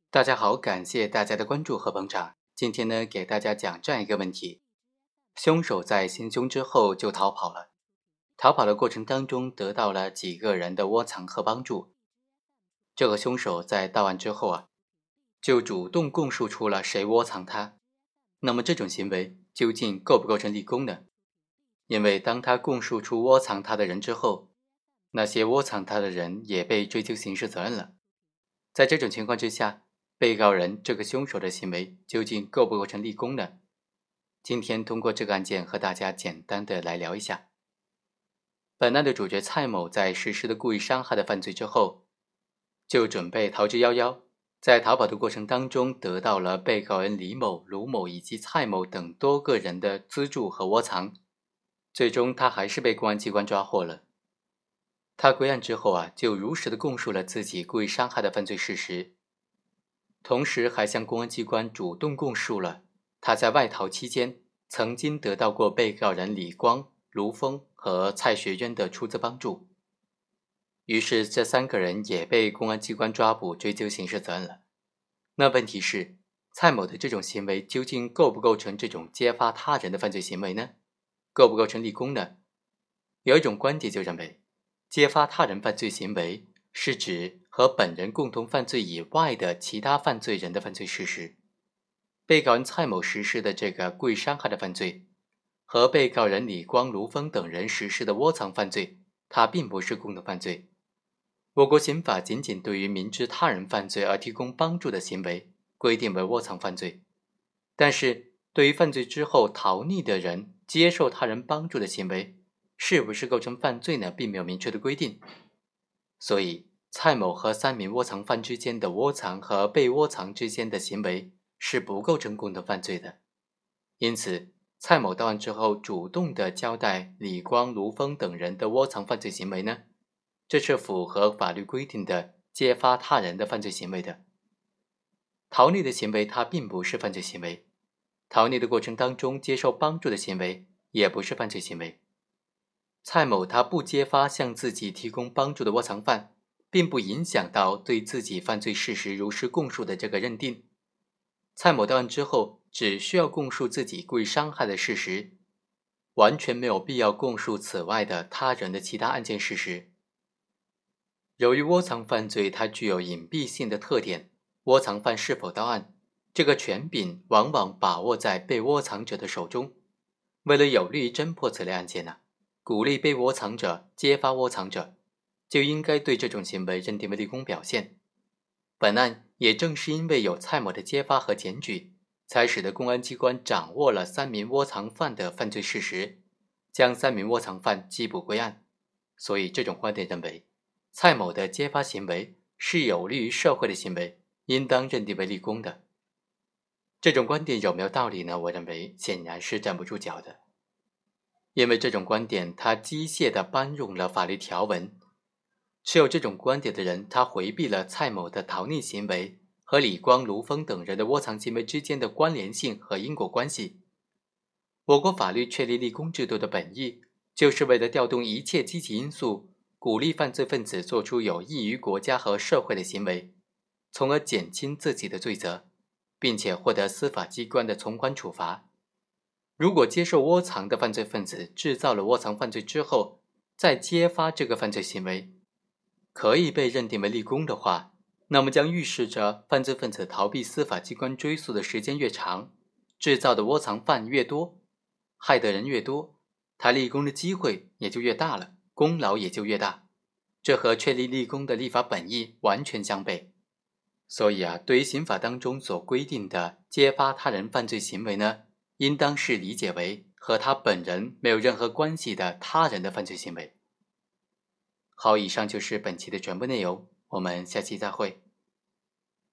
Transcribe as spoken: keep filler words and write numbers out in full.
大家好，感谢大家的关注和捧场。今天呢，给大家讲这样一个问题：凶手在行凶之后就逃跑了，逃跑的过程当中得到了几个人的窝藏和帮助。这个凶手在到案之后啊，就主动供述出了谁窝藏他。那么这种行为究竟构不构成立功呢？因为当他供述出窝藏他的人之后，那些窝藏他的人也被追究刑事责任了。在这种情况之下，被告人这个凶手的行为究竟构不构成立功呢？今天通过这个案件和大家简单的来聊一下。本案的主角蔡某在实施了故意伤害的犯罪之后，就准备逃之夭夭，在逃跑的过程当中得到了被告人李某、卢某以及蔡某等多个人的资助和窝藏，最终他还是被公安机关抓获了。他归案之后啊，就如实的供述了自己故意伤害的犯罪事实，同时还向公安机关主动供述了他在外逃期间曾经得到过被告人李光、卢峰和蔡学渊的出资帮助。于是这三个人也被公安机关抓捕，追究刑事责任了。那问题是，蔡某的这种行为究竟构不构成这种揭发他人的犯罪行为呢？构不构成立功呢？有一种观点就认为，揭发他人犯罪行为是指和本人共同犯罪以外的其他犯罪人的犯罪事实。被告人蔡某实施的这个故意伤害的犯罪，和被告人李光、卢峰等人实施的窝藏犯罪，它并不是共同犯罪。我国刑法仅仅对于明知他人犯罪而提供帮助的行为规定为窝藏犯罪，但是对于犯罪之后逃匿的人接受他人帮助的行为，是不是构成犯罪呢？并没有明确的规定。所以蔡某和三名窝藏犯之间的窝藏和被窝藏之间的行为是不构成共同犯罪的。因此蔡某到案之后主动的交代李光、卢峰等人的窝藏犯罪行为呢，这是符合法律规定的揭发他人的犯罪行为的。逃匿的行为它并不是犯罪行为，逃匿的过程当中接受帮助的行为也不是犯罪行为。蔡某他不揭发向自己提供帮助的窝藏犯，并不影响到对自己犯罪事实如实供述的这个认定。蔡某到案之后只需要供述自己故意伤害的事实，完全没有必要供述此外的他人的其他案件事实。由于窝藏犯罪它具有隐蔽性的特点，窝藏犯是否到案，这个权柄往往把握在被窝藏者的手中。为了有利于侦破此类案件呢、啊，鼓励被窝藏者揭发窝藏者，就应该对这种行为认定为立功表现。本案也正是因为有蔡某的揭发和检举，才使得公安机关掌握了三名窝藏犯的犯罪事实，将三名窝藏犯缉捕归案。所以这种观点认为，蔡某的揭发行为是有利于社会的行为，应当认定为立功的。这种观点有没有道理呢？我认为显然是站不住脚的。因为这种观点它机械地搬用了法律条文，持有这种观点的人他回避了蔡某的逃匿行为和李光、卢峰等人的窝藏行为之间的关联性和因果关系。我国法律确立立功制度的本意，就是为了调动一切积极因素，鼓励犯罪分子做出有益于国家和社会的行为，从而减轻自己的罪责，并且获得司法机关的从宽处罚。如果接受窝藏的犯罪分子制造了窝藏犯罪之后，再揭发这个犯罪行为，可以被认定为立功的话，那么将预示着犯罪分子逃避司法机关追诉的时间越长，制造的窝藏犯越多，害得人越多，他立功的机会也就越大了，功劳也就越大。这和确立立功的立法本意完全相悖。所以啊，对于刑法当中所规定的揭发他人犯罪行为呢，应当是理解为和他本人没有任何关系的他人的犯罪行为。好，以上就是本期的全部内容，我们下期再会。